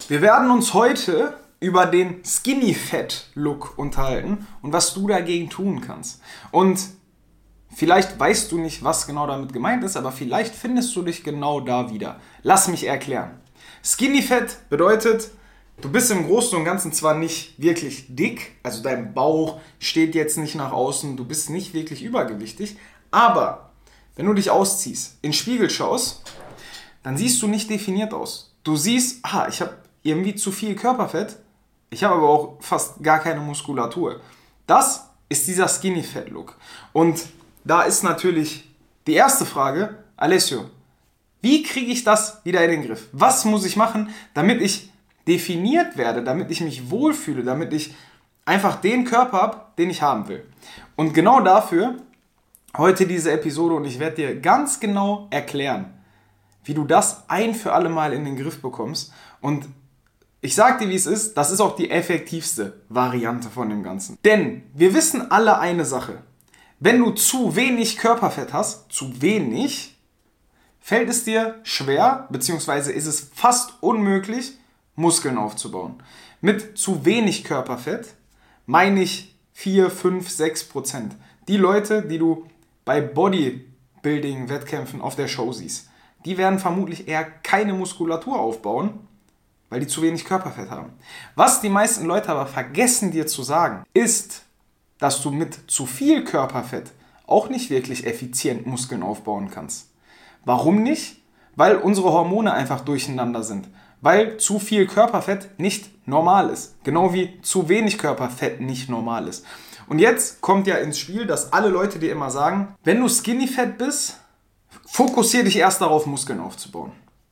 Wir werden uns heute über den Skinny Fat Look unterhalten und was du dagegen tun kannst. Und vielleicht weißt du nicht, was genau damit gemeint ist, aber vielleicht findest du dich genau da wieder. Lass mich erklären. Skinny Fat bedeutet, du bist im Großen und Ganzen zwar nicht wirklich dick, also dein Bauch steht jetzt nicht nach außen, du bist nicht wirklich übergewichtig, aber wenn du dich ausziehst, in den Spiegel schaust, dann siehst du nicht definiert aus. Du siehst, ich habe irgendwie zu viel Körperfett, ich habe aber auch fast gar keine Muskulatur. Das ist dieser Skinny Fat Look. Und da ist natürlich die erste Frage, Alessio, wie kriege ich das wieder in den Griff? Was muss ich machen, damit ich definiert werde, damit ich mich wohlfühle, damit ich einfach den Körper habe, den ich haben will? Und genau dafür heute diese Episode und ich werde dir ganz genau erklären, wie du das ein für alle Mal in den Griff bekommst. Und ich sag dir, wie es ist, das ist auch die effektivste Variante von dem Ganzen. Denn wir wissen alle eine Sache. Wenn du zu wenig Körperfett hast, zu wenig, fällt es dir schwer, beziehungsweise ist es fast unmöglich, Muskeln aufzubauen. Mit zu wenig Körperfett meine ich 4, 5, 6%. Die Leute, die du bei Bodybuilding-Wettkämpfen auf der Show siehst, die werden vermutlich eher keine Muskulatur aufbauen, weil die zu wenig Körperfett haben. Was die meisten Leute aber vergessen dir zu sagen, ist, dass du mit zu viel Körperfett auch nicht wirklich effizient Muskeln aufbauen kannst. Warum nicht? Weil unsere Hormone einfach durcheinander sind. Weil zu viel Körperfett nicht normal ist. Genau wie zu wenig Körperfett nicht normal ist. Und jetzt kommt ja ins Spiel, dass alle Leute dir immer sagen, wenn du Skinny Fat bist, fokussiere dich erst darauf, Muskeln aufzubauen.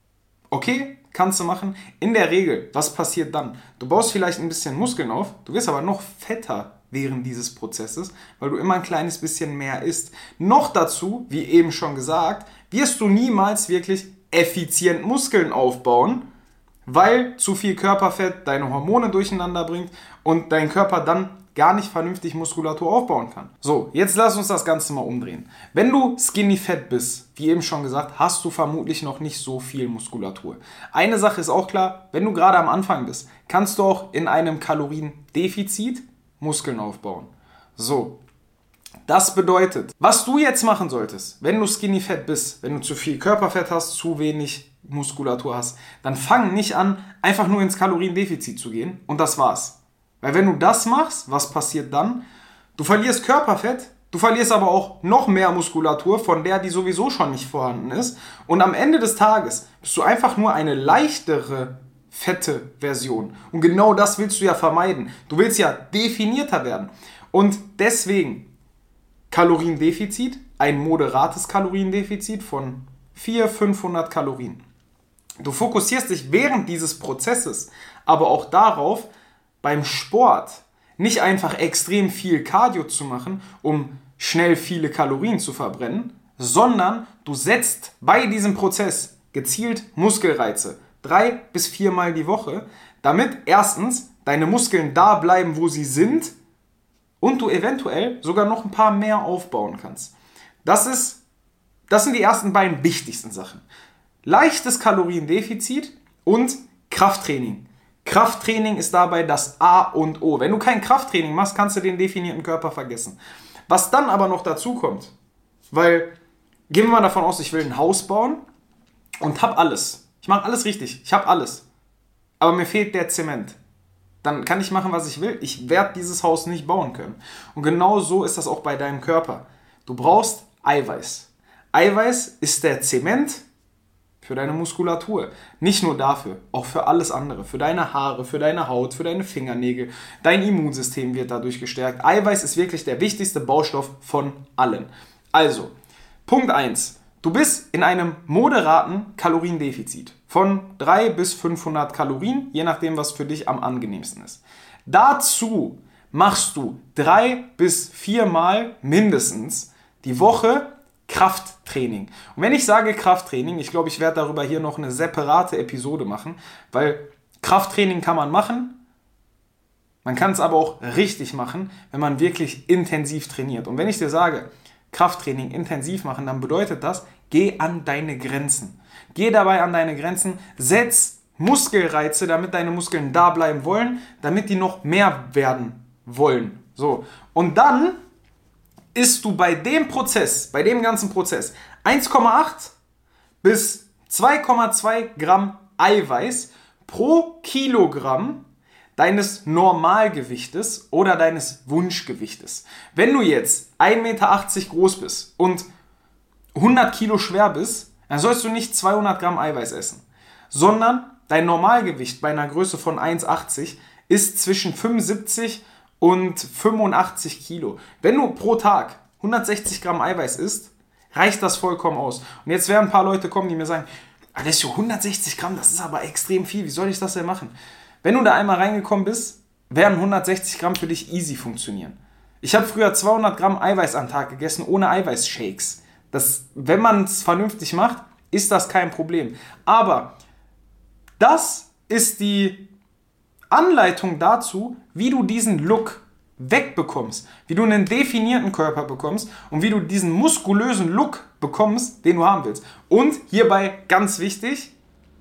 Okay, kannst du machen. In der Regel, was passiert dann? Du baust vielleicht ein bisschen Muskeln auf, du wirst aber noch fetter während dieses Prozesses, weil du immer ein kleines bisschen mehr isst. Noch dazu, wie eben schon gesagt, wirst du niemals wirklich effizient Muskeln aufbauen, weil zu viel Körperfett deine Hormone durcheinander bringt und dein Körper dann gar nicht vernünftig Muskulatur aufbauen kann. So, jetzt lass uns das Ganze mal umdrehen. Wenn du Skinny Fat bist, wie eben schon gesagt, hast du vermutlich noch nicht so viel Muskulatur. Eine Sache ist auch klar, wenn du gerade am Anfang bist, kannst du auch in einem Kaloriendefizit Muskeln aufbauen. So, das bedeutet, was du jetzt machen solltest, wenn du Skinny Fat bist, wenn du zu viel Körperfett hast, zu wenig Muskulatur hast, dann fang nicht an, einfach nur ins Kaloriendefizit zu gehen und das war's. Weil wenn du das machst, was passiert dann? Du verlierst Körperfett, du verlierst aber auch noch mehr Muskulatur, von der die sowieso schon nicht vorhanden ist. Und am Ende des Tages bist du einfach nur eine leichtere, fette Version. Und genau das willst du ja vermeiden. Du willst ja definierter werden. Und deswegen Kaloriendefizit, ein moderates Kaloriendefizit von 400, 500 Kalorien. Du fokussierst dich während dieses Prozesses aber auch darauf, beim Sport nicht einfach extrem viel Cardio zu machen, um schnell viele Kalorien zu verbrennen, sondern du setzt bei diesem Prozess gezielt Muskelreize 3 bis 4 Mal die Woche, damit erstens deine Muskeln da bleiben, wo sie sind und du eventuell sogar noch ein paar mehr aufbauen kannst. Das sind die ersten beiden wichtigsten Sachen. Leichtes Kaloriendefizit und Krafttraining. Krafttraining ist dabei das A und O. Wenn du kein Krafttraining machst, kannst du den definierten Körper vergessen. Was dann aber noch dazu kommt, weil gehen wir mal davon aus, ich will ein Haus bauen und habe alles. Ich mache alles richtig, ich habe alles. Aber mir fehlt der Zement. Dann kann ich machen, was ich will. Ich werde dieses Haus nicht bauen können. Und genau so ist das auch bei deinem Körper. Du brauchst Eiweiß. Eiweiß ist der Zement für deine Muskulatur. Nicht nur dafür, auch für alles andere. Für deine Haare, für deine Haut, für deine Fingernägel. Dein Immunsystem wird dadurch gestärkt. Eiweiß ist wirklich der wichtigste Baustoff von allen. Also, Punkt 1. Du bist in einem moderaten Kaloriendefizit von 300 bis 500 Kalorien, je nachdem, was für dich am angenehmsten ist. Dazu machst du 3 bis 4 Mal mindestens die Woche Krafttraining. Und wenn ich sage Krafttraining, ich glaube, ich werde darüber hier noch eine separate Episode machen, weil Krafttraining kann man machen, man kann es aber auch richtig machen, wenn man wirklich intensiv trainiert. Und wenn ich dir sage, Krafttraining intensiv machen, dann bedeutet das, geh an deine Grenzen. Geh dabei an deine Grenzen, setz Muskelreize, damit deine Muskeln da bleiben wollen, damit die noch mehr werden wollen. So. Und dann isst du bei dem ganzen Prozess 1,8 bis 2,2 Gramm Eiweiß pro Kilogramm deines Normalgewichtes oder deines Wunschgewichtes. Wenn du jetzt 1,80 Meter groß bist und 100 Kilo schwer bist, dann sollst du nicht 200 Gramm Eiweiß essen, sondern dein Normalgewicht bei einer Größe von 1,80 ist zwischen 75 und 85 Kilo. Wenn du pro Tag 160 Gramm Eiweiß isst, reicht das vollkommen aus. Und jetzt werden ein paar Leute kommen, die mir sagen, Alessio, 160 Gramm, das ist aber extrem viel, wie soll ich das denn machen? Wenn du da einmal reingekommen bist, werden 160 Gramm für dich easy funktionieren. Ich habe früher 200 Gramm Eiweiß am Tag gegessen, ohne Eiweißshakes. Wenn man es vernünftig macht, ist das kein Problem. Aber das ist die Anleitung dazu, wie du diesen Look wegbekommst, wie du einen definierten Körper bekommst und wie du diesen muskulösen Look bekommst, den du haben willst. Und hierbei ganz wichtig,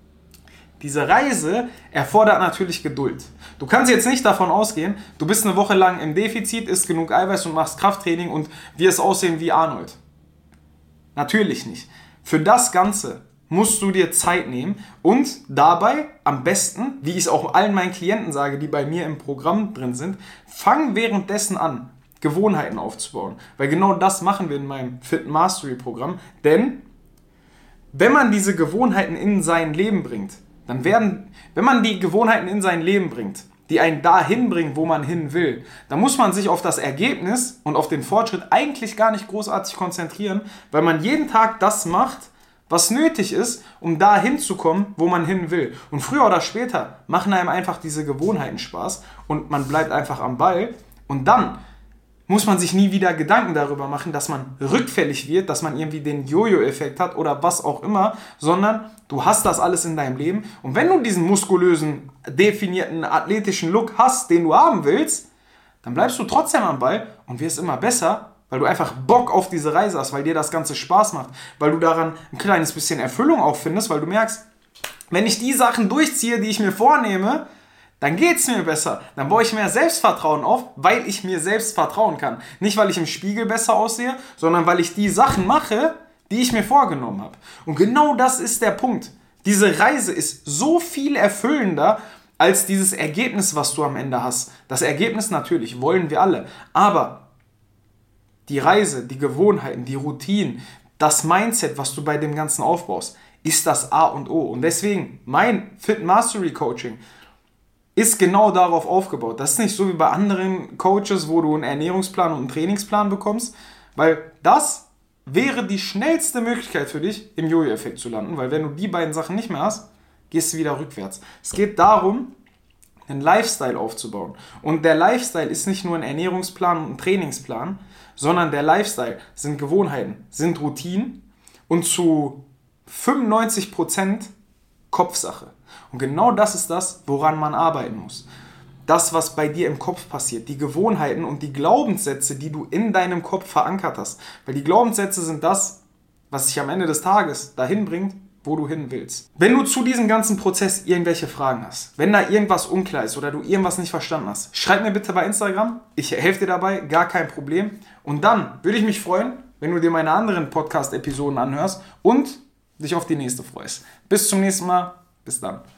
diese Reise erfordert natürlich Geduld. Du kannst jetzt nicht davon ausgehen, du bist eine Woche lang im Defizit, isst genug Eiweiß und machst Krafttraining und wirst aussehen wie Arnold. Natürlich nicht. Für das Ganze musst du dir Zeit nehmen und dabei am besten, wie ich es auch allen meinen Klienten sage, die bei mir im Programm drin sind, fang währenddessen an, Gewohnheiten aufzubauen. Weil genau das machen wir in meinem Fit Mastery Programm. Denn wenn man diese Gewohnheiten in sein Leben bringt, wenn man die Gewohnheiten in sein Leben bringt, die einen dahin bringen, wo man hin will, dann muss man sich auf das Ergebnis und auf den Fortschritt eigentlich gar nicht großartig konzentrieren, weil man jeden Tag das macht, was nötig ist, um da hinzukommen, wo man hin will. Und früher oder später machen einem einfach diese Gewohnheiten Spaß und man bleibt einfach am Ball. Und dann muss man sich nie wieder Gedanken darüber machen, dass man rückfällig wird, dass man irgendwie den Jojo-Effekt hat oder was auch immer, sondern du hast das alles in deinem Leben. Und wenn du diesen muskulösen, definierten, athletischen Look hast, den du haben willst, dann bleibst du trotzdem am Ball und wirst immer besser, weil du einfach Bock auf diese Reise hast, weil dir das Ganze Spaß macht, weil du daran ein kleines bisschen Erfüllung auch findest, weil du merkst, wenn ich die Sachen durchziehe, die ich mir vornehme, dann geht es mir besser. Dann baue ich mehr Selbstvertrauen auf, weil ich mir selbst vertrauen kann. Nicht, weil ich im Spiegel besser aussehe, sondern weil ich die Sachen mache, die ich mir vorgenommen habe. Und genau das ist der Punkt. Diese Reise ist so viel erfüllender als dieses Ergebnis, was du am Ende hast. Das Ergebnis natürlich wollen wir alle, aber die Reise, die Gewohnheiten, die Routinen, das Mindset, was du bei dem Ganzen aufbaust, ist das A und O. Und deswegen, mein Fit Mastery Coaching ist genau darauf aufgebaut. Das ist nicht so wie bei anderen Coaches, wo du einen Ernährungsplan und einen Trainingsplan bekommst, weil das wäre die schnellste Möglichkeit für dich, im Jojo-Effekt zu landen, weil wenn du die beiden Sachen nicht mehr hast, gehst du wieder rückwärts. Es geht darum, einen Lifestyle aufzubauen. Und der Lifestyle ist nicht nur ein Ernährungsplan und ein Trainingsplan, sondern der Lifestyle sind Gewohnheiten, sind Routinen und zu 95% Kopfsache. Und genau das ist das, woran man arbeiten muss. Das, was bei dir im Kopf passiert, die Gewohnheiten und die Glaubenssätze, die du in deinem Kopf verankert hast. Weil die Glaubenssätze sind das, was dich am Ende des Tages dahin bringt, wo du hin willst. Wenn du zu diesem ganzen Prozess irgendwelche Fragen hast, wenn da irgendwas unklar ist oder du irgendwas nicht verstanden hast, schreib mir bitte bei Instagram. Ich helfe dir dabei, gar kein Problem. Und dann würde ich mich freuen, wenn du dir meine anderen Podcast-Episoden anhörst und dich auf die nächste freust. Bis zum nächsten Mal. Bis dann.